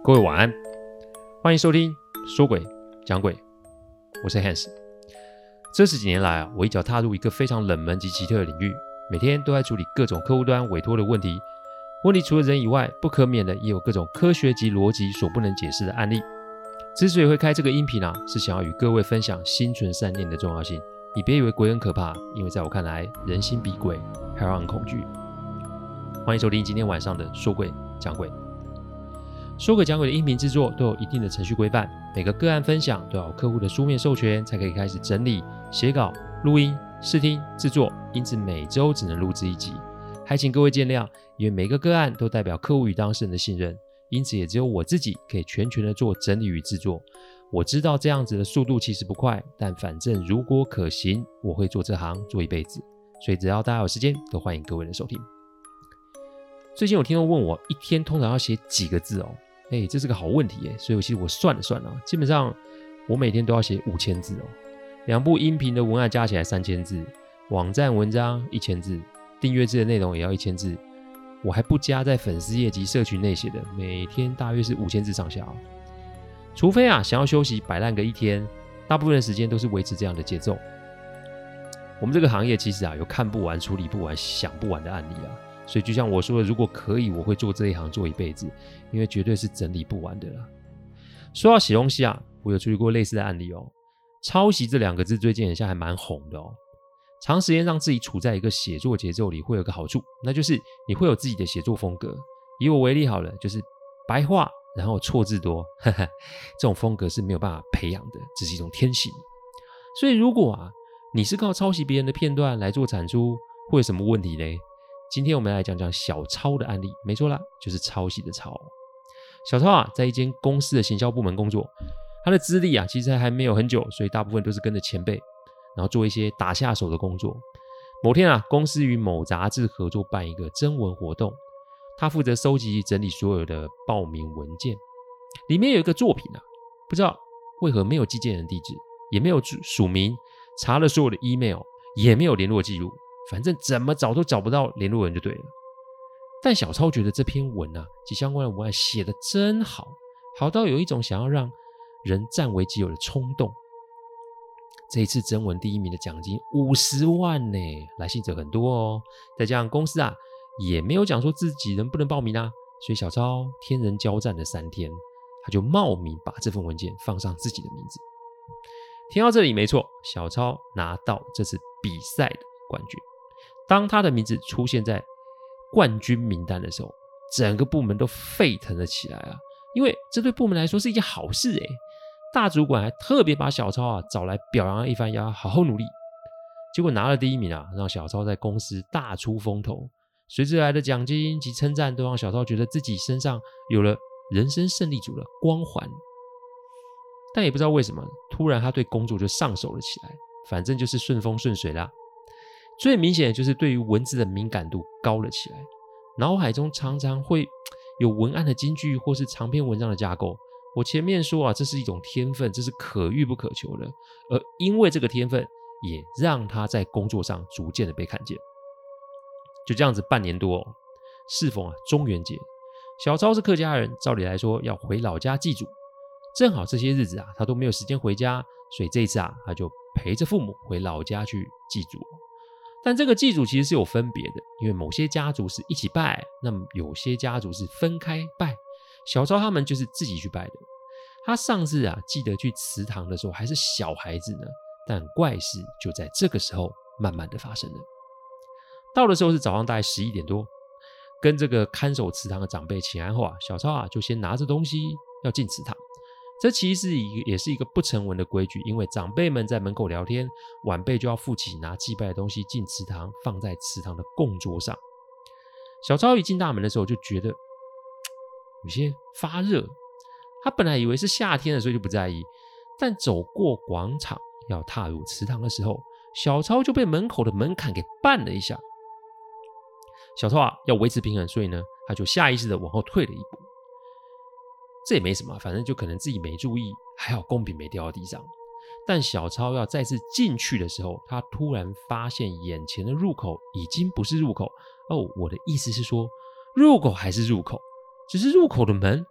各位晚安，欢迎收听说鬼讲鬼，我是 Hans。这10几年来我一脚踏入一个非常冷门及奇特的领域，每天都在处理各种客户端委托的问题。问题除了人以外，不可免的也有各种科学及逻辑所不能解释的案例。之所以会开这个音频是想要与各位分享心存善念的重要性。你别以为鬼很可怕，因为在我看来，人心比鬼还让人恐惧。欢迎收听今天晚上的说鬼讲鬼。说鬼讲鬼的音频制作都有一定的程序规范，每个个案分享都要有客户的书面授权才可以开始整理、写稿、录音、试听、制作，因此每周只能录制1集，还请各位见谅，因为每个个案都代表客户与当事人的信任，因此也只有我自己可以全权的做整理与制作。我知道这样子的速度其实不快，但反正如果可行，我会做这行做一辈子，所以只要大家有时间，都欢迎各位的收听。最近有听众问我，一天通常要写几个字这是个好问题耶，所以其实我算了算基本上我每天都要写5000字2部音频的文案加起来3000字，网站文章1000字，订阅制的内容也要1000字，我还不加在粉丝页及社群内写的，每天大约是5000字上下除非想要休息摆烂个一天，大部分的时间都是维持这样的节奏。我们这个行业其实有看不完、处理不完、想不完的案例所以就像我说的，如果可以，我会做这一行做一辈子，因为绝对是整理不完的啦。说到写东西我有处理过类似的案例抄袭这2个字最近很像还蛮红的长时间让自己处在一个写作节奏里会有个好处，那就是你会有自己的写作风格。以我为例好了，就是白话然后错字多这种风格是没有办法培养的，这是一种天性。所以如果你是靠抄袭别人的片段来做产出，会有什么问题呢？今天我们来讲讲小抄的案例，没错啦，就是抄袭的抄。小抄在一间公司的行销部门工作，他的资历其实还没有很久，所以大部分都是跟着前辈，然后做一些打下手的工作。某天公司与某杂志合作办一个征文活动，他负责收集整理所有的报名文件，里面有一个作品不知道为何没有寄件人地址，也没有署名，查了所有的 email 也没有联络记录，反正怎么找都找不到联络人就对了。但小抄觉得这篇文及相关的文案写得真好，好到有一种想要让人占为己有的冲动。这一次征文第1名的奖金50万呢，来信者很多再加上公司也没有讲说自己能不能报名所以小抄天人交战了3天，他就冒名把这份文件放上自己的名字。听到这里没错，小抄拿到这次比赛的冠军。当他的名字出现在冠军名单的时候，整个部门都沸腾了起来因为这对部门来说是一件好事大主管还特别把小抄找来表扬了一番，要好好努力。结果拿了第1名让小抄在公司大出风头，随之来的奖金及称赞都让小抄觉得自己身上有了人生胜利组的光环。但也不知道为什么，突然他对工作就上手了起来，反正就是顺风顺水啦。最明显的就是对于文字的敏感度高了起来，脑海中常常会有文案的金句或是长篇文章的架构。我前面说这是一种天分，这是可遇不可求的，而因为这个天分也让他在工作上逐渐的被看见。就这样子半年多适逢中元节，小抄是客家人，照理来说要回老家祭祖，正好这些日子他都没有时间回家，所以这一次他就陪着父母回老家去祭祖。但这个祭祖其实是有分别的，因为某些家族是一起拜，那么有些家族是分开拜。小抄他们就是自己去拜的。他上次记得去祠堂的时候还是小孩子呢，但怪事就在这个时候慢慢的发生了。到的时候是早上大概11点多，跟这个看守祠堂的长辈请安后小抄就先拿着东西要进祠堂。这其实也是一个不成文的规矩，因为长辈们在门口聊天，晚辈就要负起拿祭拜的东西进祠堂，放在祠堂的供桌上。小抄一进大门的时候就觉得有些发热，他本来以为是夏天的，所以就不在意，但走过广场要踏入祠堂的时候，小抄就被门口的门槛给绊了一下。小抄要维持平衡，所以呢他就下意识的往后退了一步。这也没什么，反正就可能自己没注意，还好贡品没掉到地上。但小抄要再次进去的时候，他突然发现眼前的入口已经不是入口我的意思是说，入口还是入口，只是入口的门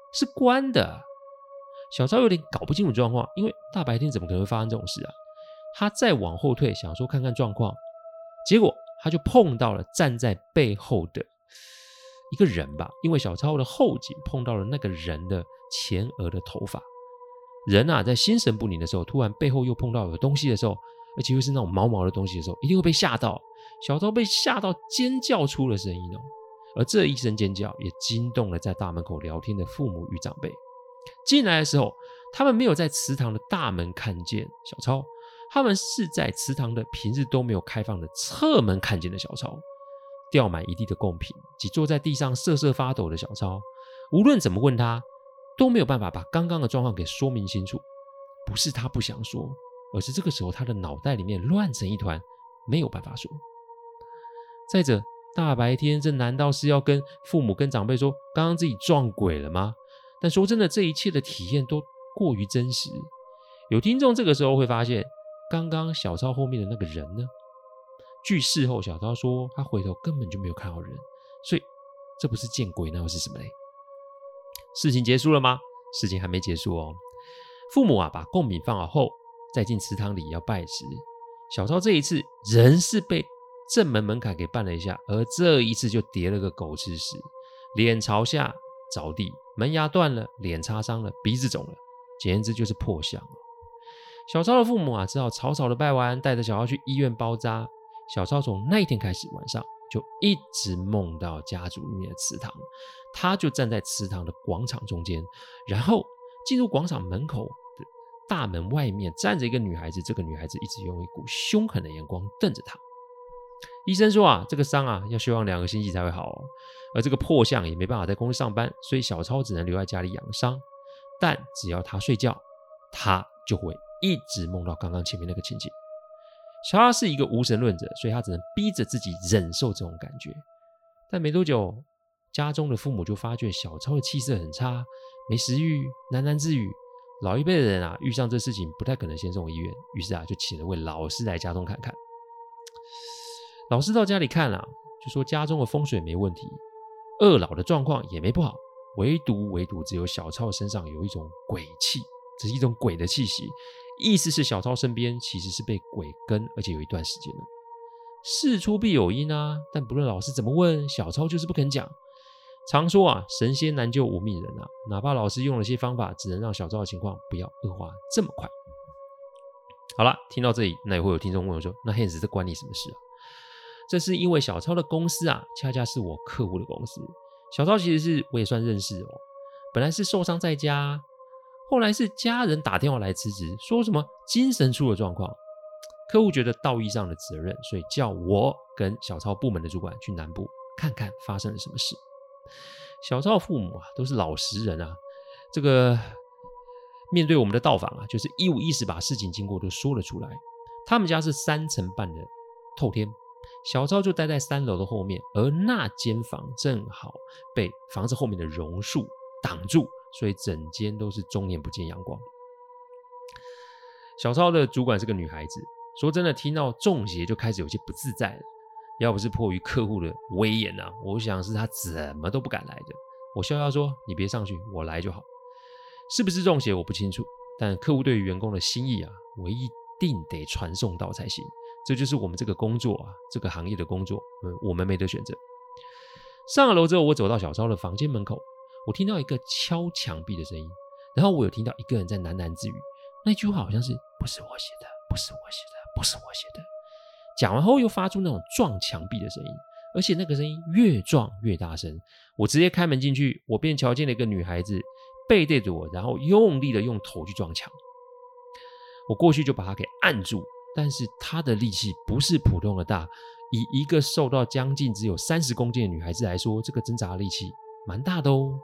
是关的。小超有点搞不清楚状况，因为大白天怎么可能会发生这种事啊？他再往后退，想说看看状况，结果他就碰到了站在背后的一个人吧，因为小超的后颈碰到了那个人的前额的头发。人啊，在心神不宁的时候，突然背后又碰到有东西的时候，而且又是那种毛毛的东西的时候，一定会被吓到。小超被吓到尖叫出了声音哦，而这一声尖叫也惊动了在大门口聊天的父母与长辈。进来的时候，他们没有在祠堂的大门看见小超，他们是在祠堂的平日都没有开放的侧门看见的小超。掉满一地的贡品及坐在地上瑟瑟发抖的小超，无论怎么问他，都没有办法把刚刚的状况给说明清楚。不是他不想说，而是这个时候他的脑袋里面乱成一团，没有办法说。再者，大白天这难道是要跟父母跟长辈说刚刚自己撞鬼了吗？但说真的，这一切的体验都过于真实。有听众这个时候会发现，刚刚小超后面的那个人呢？据事后小超说，他回头根本就没有看到人，所以这不是见鬼，那又是什么嘞？事情结束了吗？事情还没结束哦。父母啊，把贡品放好后，再进祠堂里要拜时，小超这一次仍是被正门门槛给绊了一下，而这一次就跌了个狗吃屎，脸朝下着地，门牙断了，脸擦伤了，鼻子肿了，简直就是破相哦。小超的父母啊，只好草草的拜完，带着小超去医院包扎。小超从那一天开始，晚上就一直梦到家族里面的祠堂，他就站在祠堂的广场中间，然后进入广场门口的大门外面站着一个女孩子，这个女孩子一直用一股凶狠的眼光瞪着他。医生说啊，这个伤啊要休养2个星期才会好哦，而这个破相也没办法在公司上班，所以小超只能留在家里养伤。但只要他睡觉，他就会一直梦到刚刚前面那个情景。小超是一个无神论者，所以他只能逼着自己忍受这种感觉。但没多久，家中的父母就发觉小超的气色很差，没食欲，喃喃自语。老一辈的人啊，遇上这事情不太可能先送医院，于是啊，就请了位老师来家中看看。老师到家里看啊，就说家中的风水没问题，二老的状况也没不好，唯独只有小超身上有一种鬼气，这是一种鬼的气息，意思是小超身边其实是被鬼跟，而且有一段时间了。事出必有因啊，但不论老师怎么问，小超就是不肯讲。常说啊，神仙难救无命人啊，哪怕老师用了些方法，只能让小超的情况不要恶化这么快。好了，听到这里，那也会有听众问我说，那 Hans 这关你什么事啊？这是因为小超的公司啊，恰恰是我客户的公司。小超其实是我也算认识哦，本来是受伤在家，后来是家人打电话来辞职，说什么精神出了状况。客户觉得道义上的责任，所以叫我跟小超部门的主管去南部看看发生了什么事。小超父母啊，都是老实人啊，这个面对我们的到访啊，就是一五一十把事情经过都说了出来。他们家是3层半的透天，小超就待在3楼的后面，而那间房正好被房子后面的榕树挡住，所以整间都是终年不见阳光。小超的主管是个女孩子，说真的，听到中邪就开始有些不自在了。要不是迫于客户的威严啊，我想是他怎么都不敢来的。我笑笑说：“你别上去，我来就好。”是不是中邪我不清楚，但客户对于员工的心意啊，我一定得传送到才行。这就是我们这个工作啊，这个行业的工作，我们没得选择。上了楼之后，我走到小超的房间门口，我听到一个敲墙壁的声音，然后我有听到一个人在喃喃自语，那句话好像是“不是我写的，不是我写的，不是我写的”。讲完后又发出那种撞墙壁的声音，而且那个声音越撞越大声。我直接开门进去，我便瞧见了一个女孩子背对着我，然后用力的用头去撞墙。我过去就把她给按住，但是她的力气不是普通的大，以一个瘦到将近只有30公斤的女孩子来说，这个挣扎的力气蛮大的哦。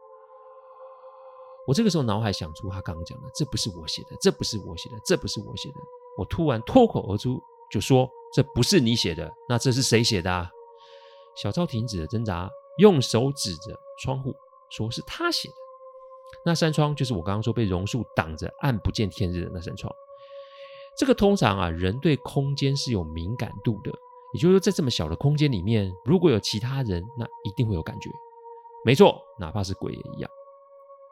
我这个时候脑海想出她刚刚讲的，这不是我写的，这不是我写的，这不是我写的。我突然脱口而出就说，这不是你写的，那这是谁写的啊？小超停止了挣扎，用手指着窗户说是他写的。那扇窗就是我刚刚说被榕树挡着暗不见天日的那扇窗。这个通常啊，人对空间是有敏感度的，也就是说在这么小的空间里面，如果有其他人，那一定会有感觉。没错，哪怕是鬼也一样。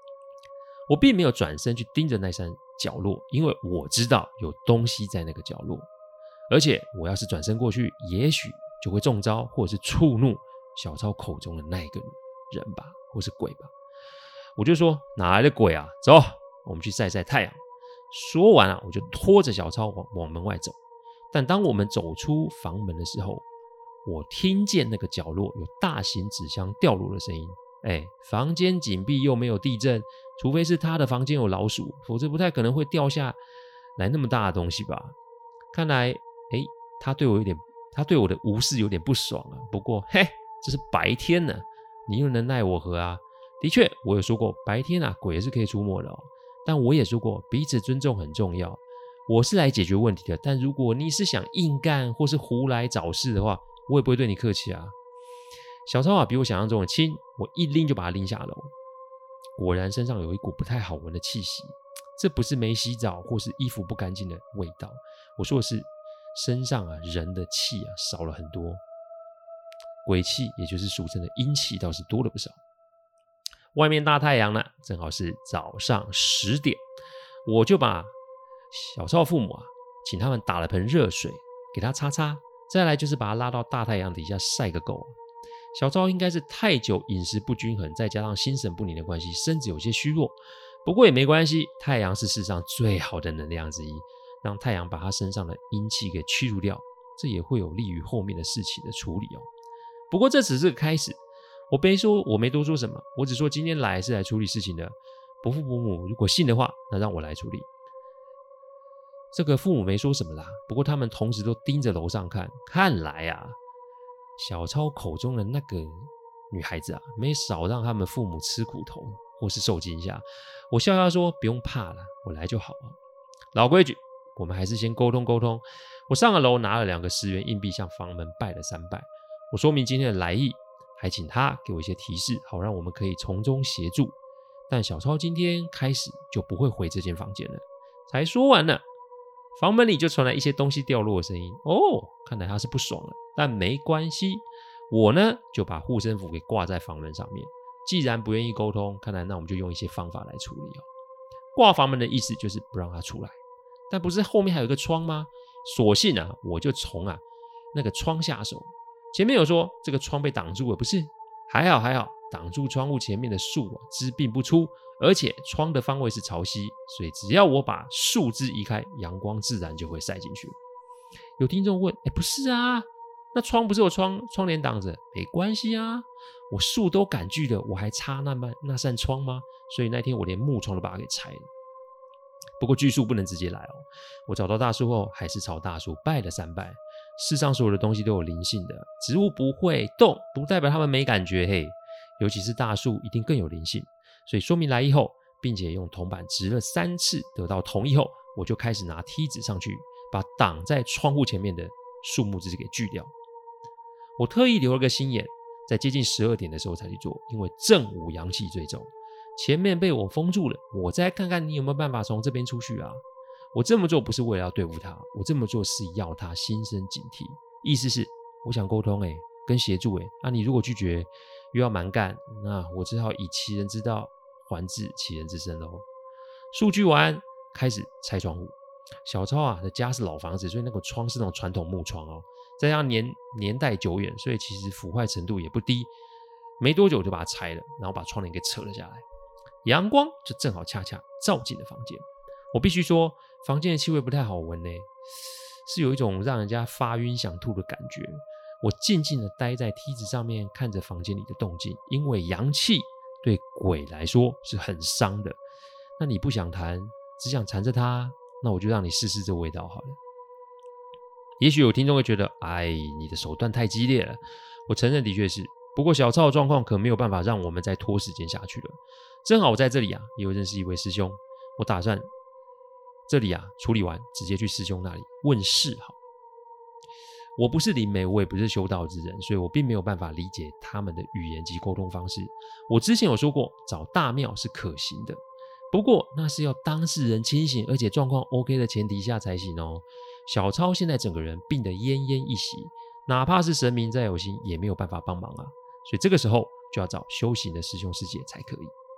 我并没有转身去盯着那扇角落，因为我知道有东西在那个角落，而且我要是转身过去，也许就会中招或者是触怒小超口中的那一个人吧，或是鬼吧。我就说哪来的鬼啊，走，我们去晒晒太阳。说完我就拖着小超往门外走。但当我们走出房门的时候，我听见那个角落有大型纸箱掉落的声音。房间紧闭又没有地震，除非是他的房间有老鼠，否则不太可能会掉下来那么大的东西吧。看来他对我的无视有点不爽啊。不过这是白天呢，你又能奈我何啊？的确，我有说过白天鬼也是可以出没的但我也说过彼此尊重很重要。我是来解决问题的，但如果你是想硬干或是胡来找事的话，我也不会对你客气啊。小超比我想象中的轻，我一拎就把他拎下楼。果然身上有一股不太好闻的气息，这不是没洗澡或是衣服不干净的味道，我说的是身上人的气少了很多，鬼气也就是俗称的阴气倒是多了不少。外面大太阳呢，正好是早上10点，我就把小超父母请他们打了盆热水给他擦擦，再来就是把他拉到大太阳底下晒个够。小超应该是太久饮食不均衡，再加上心神不宁的关系，身子有些虚弱，不过也没关系，太阳是世上最好的能量之一，让太阳把他身上的阴气给驱除掉，这也会有利于后面的事情的处理不过这只是个开始，我没多说什么，我只说今天来是来处理事情的，伯父伯母如果信的话，那让我来处理。这个父母没说什么啦，不过他们同时都盯着楼上看，看来小超口中的那个女孩子没少让他们父母吃苦头或是受惊吓。我笑笑说不用怕了，我来就好老规矩，我们还是先沟通沟通。我上了楼拿了2个10元硬币向房门拜了3拜，我说明今天的来意，还请他给我一些提示，好让我们可以从中协助。但小超今天开始就不会回这间房间了。才说完呢，房门里就传来一些东西掉落的声音。看来他是不爽了，但没关系，我呢就把护身符给挂在房门上面。既然不愿意沟通，看来那我们就用一些方法来处理挂房门的意思就是不让他出来，但不是后面还有一个窗吗？索性我就从那个窗下手。前面有说这个窗被挡住了，不是？还好，挡住窗户前面的树枝并不粗，而且窗的方位是朝西，所以只要我把树枝移开，阳光自然就会晒进去。有听众问，不是那窗不是有窗帘挡着？没关系我树都赶锯了，我还差那扇窗吗？所以那天我连木窗都把它给拆了。不过锯树不能直接来我找到大树后，还是朝大树拜了3拜。世上所有的东西都有灵性的，植物不会动，不代表它们没感觉尤其是大树一定更有灵性。所以说明来意后，并且用铜板掷了3次，得到同意后，我就开始拿梯子上去，把挡在窗户前面的树木枝给锯掉。我特意留了个心眼，在接近12点的时候才去做，因为正午阳气最重，前面被我封住了，我再看看你有没有办法从这边出去我这么做不是为了要对付他，我这么做是要他心生警惕，意思是我想沟通跟协助你如果拒绝又要蛮干，那我只好以其人之道还治其人之身咯。树锯完，开始拆窗户。小超的家是老房子，所以那个窗是那种传统木窗再加上年代久远，所以其实腐坏程度也不低。没多久就把它拆了，然后把窗帘给扯了下来，阳光就正好恰恰照进了房间。我必须说，房间的气味不太好闻是有一种让人家发晕想吐的感觉。我静静的待在梯子上面，看着房间里的动静，因为阳气对鬼来说是很伤的。那你不想谈，只想缠着他，那我就让你试试这味道好了。也许有听众会觉得，你的手段太激烈了。我承认的确是，不过小超的状况可没有办法让我们再拖时间下去了。正好我在这里也有认识一位师兄，我打算这里处理完直接去师兄那里问事好。我不是灵媒，我也不是修道之人，所以我并没有办法理解他们的语言及沟通方式。我之前有说过，找大庙是可行的，不过那是要当事人清醒而且状况 OK 的前提下才行小超现在整个人病得奄奄一息，哪怕是神明再有心也没有办法帮忙所以这个时候就要找修行的师兄师姐才可以。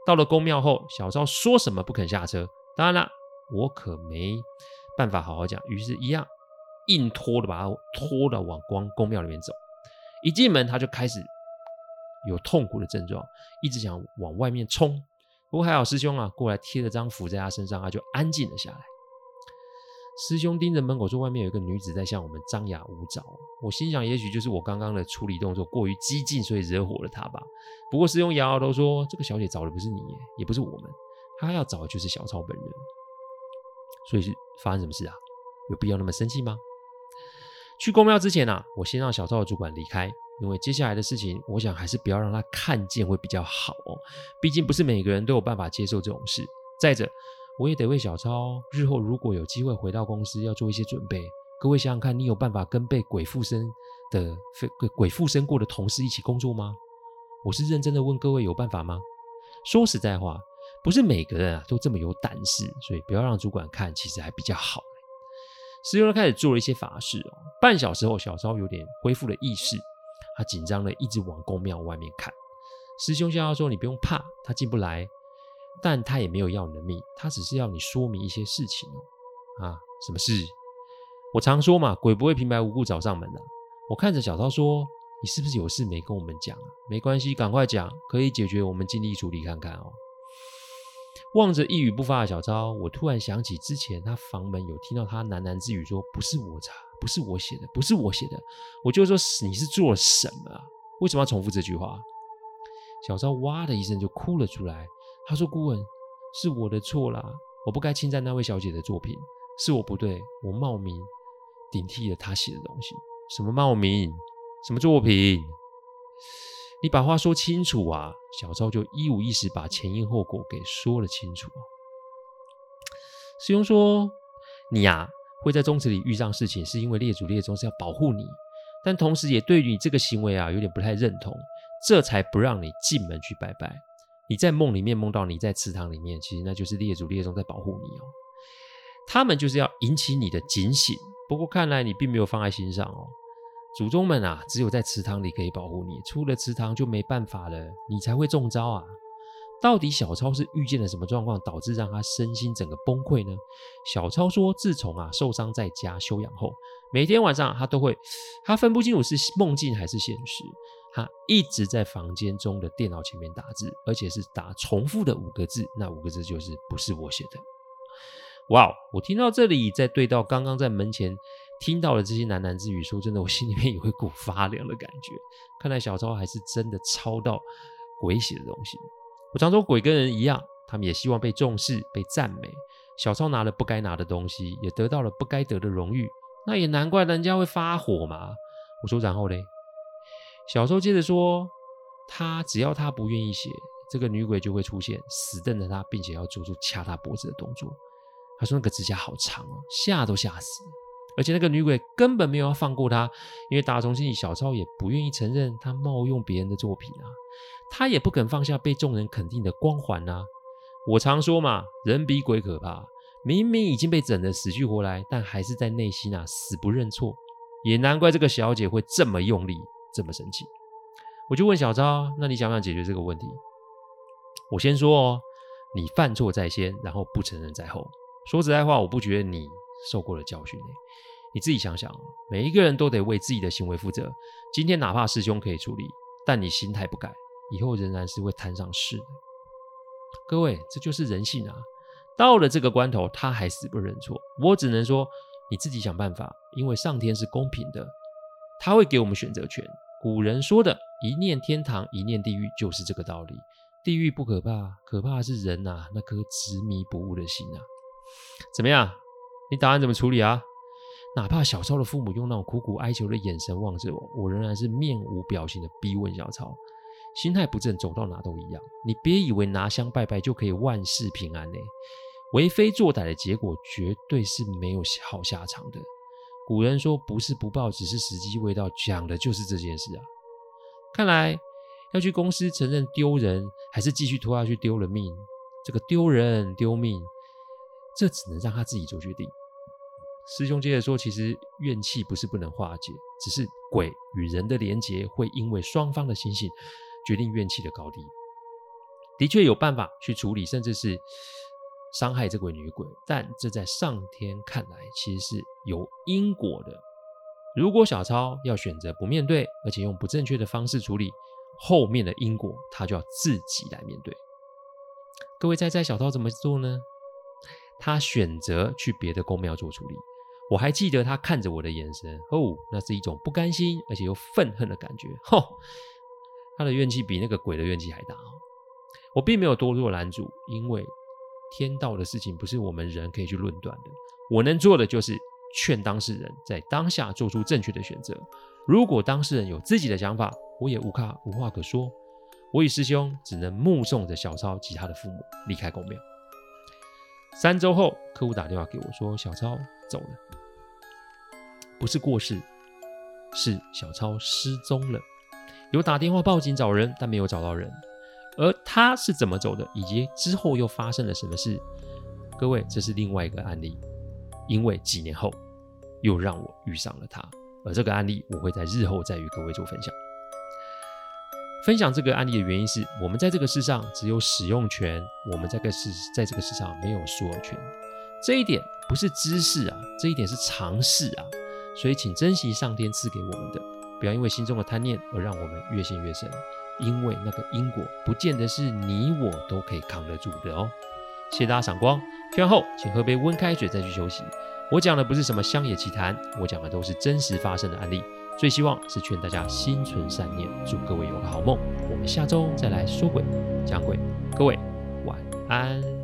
到了宫庙后，小昭说什么不肯下车，当然啦，我可没办法好好讲，于是一样硬拖的把他拖了往宫庙里面走。一进门他就开始有痛苦的症状，一直想往外面冲。不过还好师兄啊过来贴了张符在他身上，他就安静了下来。师兄盯着门口说外面有一个女子在向我们张牙舞爪，我心想也许就是我刚刚的处理动作过于激进，所以惹火了她吧。不过师兄摇摇头说这个小姐找的不是你，也不是我们，她要找的就是小超本人。所以是发生什么事啊？有必要那么生气吗？去宫庙之前啊，我先让小超的主管离开，因为接下来的事情我想还是不要让他看见会比较好哦，毕竟不是每个人都有办法接受这种事。再者我也得为小超日后如果有机会回到公司要做一些准备。各位想想看，你有办法跟被鬼附身过的同事一起工作吗？我是认真的问各位，有办法吗？说实在话，不是每个人啊都这么有胆识，所以不要让主管看，其实还比较好。师兄开始做了一些法事哦，半小时后小超有点恢复了意识，他紧张的一直往宫庙外面看。师兄笑笑说你不用怕，他进不来，但他也没有要你的命，他只是要你说明一些事情哦。啊，什么事？我常说嘛，鬼不会平白无故找上门的。我看着小超说，你是不是有事没跟我们讲啊？没关系，赶快讲，可以解决我们尽力处理看看哦。望着一语不发的小超，我突然想起之前他房门有听到他喃喃自语说不是我写的，不是我写的。我就说你是做了什么啊？为什么要重复这句话？小超哇的一声就哭了出来，他说顾问，是我的错啦，我不该侵占那位小姐的作品，是我不对，我冒名顶替了她写的东西。什么冒名？什么作品？你把话说清楚啊！小超就一五一十把前因后果给说了清楚。师兄说你啊会在宗祠里遇上事情，是因为列祖列宗是要保护你，但同时也对你这个行为啊有点不太认同，这才不让你进门去拜拜。你在梦里面梦到你在祠堂里面，其实那就是列祖列宗在保护你哦，他们就是要引起你的警醒。不过看来你并没有放在心上哦。祖宗们啊，只有在祠堂里可以保护你，出了祠堂就没办法了，你才会中招啊。到底小超是遇见了什么状况，导致让他身心整个崩溃呢？小超说，自从受伤在家休养后，每天晚上他分不清楚是梦境还是现实，他一直在房间中的电脑前面打字，而且是打重复的5个字，那5个字就是不是我写的。哇，我听到这里，再对到刚刚在门前听到了这些喃喃自语，说真的，我心里面有一股发凉的感觉。看来小超还是真的抄到鬼写的东西。我常说鬼跟人一样，他们也希望被重视、被赞美。小超拿了不该拿的东西，也得到了不该得的荣誉，那也难怪人家会发火嘛。我说然后嘞，小超接着说，只要他不愿意写，这个女鬼就会出现，死瞪着他，并且要做出掐他脖子的动作。他说那个指甲好长哦，吓都吓死了。而且那个女鬼根本没有要放过他，因为打从心里小超也不愿意承认他冒用别人的作品啊，他也不肯放下被众人肯定的光环啊。我常说嘛，人比鬼可怕，明明已经被整得死去活来，但还是在内心死不认错，也难怪这个小姐会这么用力，这么生气。我就问小超，那你想不想解决这个问题？我先说哦，你犯错在先，然后不承认在后。说实在话，我不觉得你受过了教训你自己想想每一个人都得为自己的行为负责。今天哪怕师兄可以处理，但你心态不改，以后仍然是会摊上事的。各位，这就是人性啊！到了这个关头，他还死不认错，我只能说你自己想办法，因为上天是公平的，他会给我们选择权。古人说的一念天堂，一念地狱，就是这个道理。地狱不可怕，可怕的是人那颗执迷不悟的心怎么样？你打算怎么处理啊？哪怕小超的父母用那种苦苦哀求的眼神望着我，我仍然是面无表情的逼问小超。心态不正，走到哪都一样。你别以为拿香拜拜就可以万事平安为非作歹的结果绝对是没有好下场的。古人说不是不报，只是时机未到，讲的就是这件事啊。看来要去公司承认丢人，还是继续拖下去丢了命？这个丢人丢命，这只能让他自己做决定。师兄接着说，其实怨气不是不能化解，只是鬼与人的连结会因为双方的心性决定怨气的高低。 的确有办法去处理，甚至是伤害这位女鬼，但这在上天看来其实是有因果的。如果小超要选择不面对，而且用不正确的方式处理，后面的因果他就要自己来面对。各位猜猜小超怎么做呢？他选择去别的宫庙做处理。我还记得他看着我的眼神，那是一种不甘心而且又愤恨的感觉。他的怨气比那个鬼的怨气还大。我并没有多做拦阻，因为天道的事情不是我们人可以去论断的。我能做的就是劝当事人在当下做出正确的选择。如果当事人有自己的想法，我也无话可说。我与师兄只能目送着小超及他的父母离开宫庙。3周后，客户打电话给我说，小超走了，不是过世，是小超失踪了。有打电话报警找人，但没有找到人。而他是怎么走的，以及之后又发生了什么事，各位，这是另外一个案例。因为几年后又让我遇上了他，而这个案例我会在日后再与各位做分享。分享这个案例的原因是，我们在这个世上只有使用权，我们在这个世上没有所有权。这一点不是知识啊，这一点是常识啊。所以请珍惜上天赐给我们的，不要因为心中的贪念而让我们越陷越深，因为那个因果不见得是你我都可以扛得住的哦。谢谢大家赏光，听完后请喝杯温开水再去休息。我讲的不是什么乡野奇谈，我讲的都是真实发生的案例，最希望是劝大家心存善念，祝各位有个好梦。我们下周再来说鬼讲鬼，各位晚安。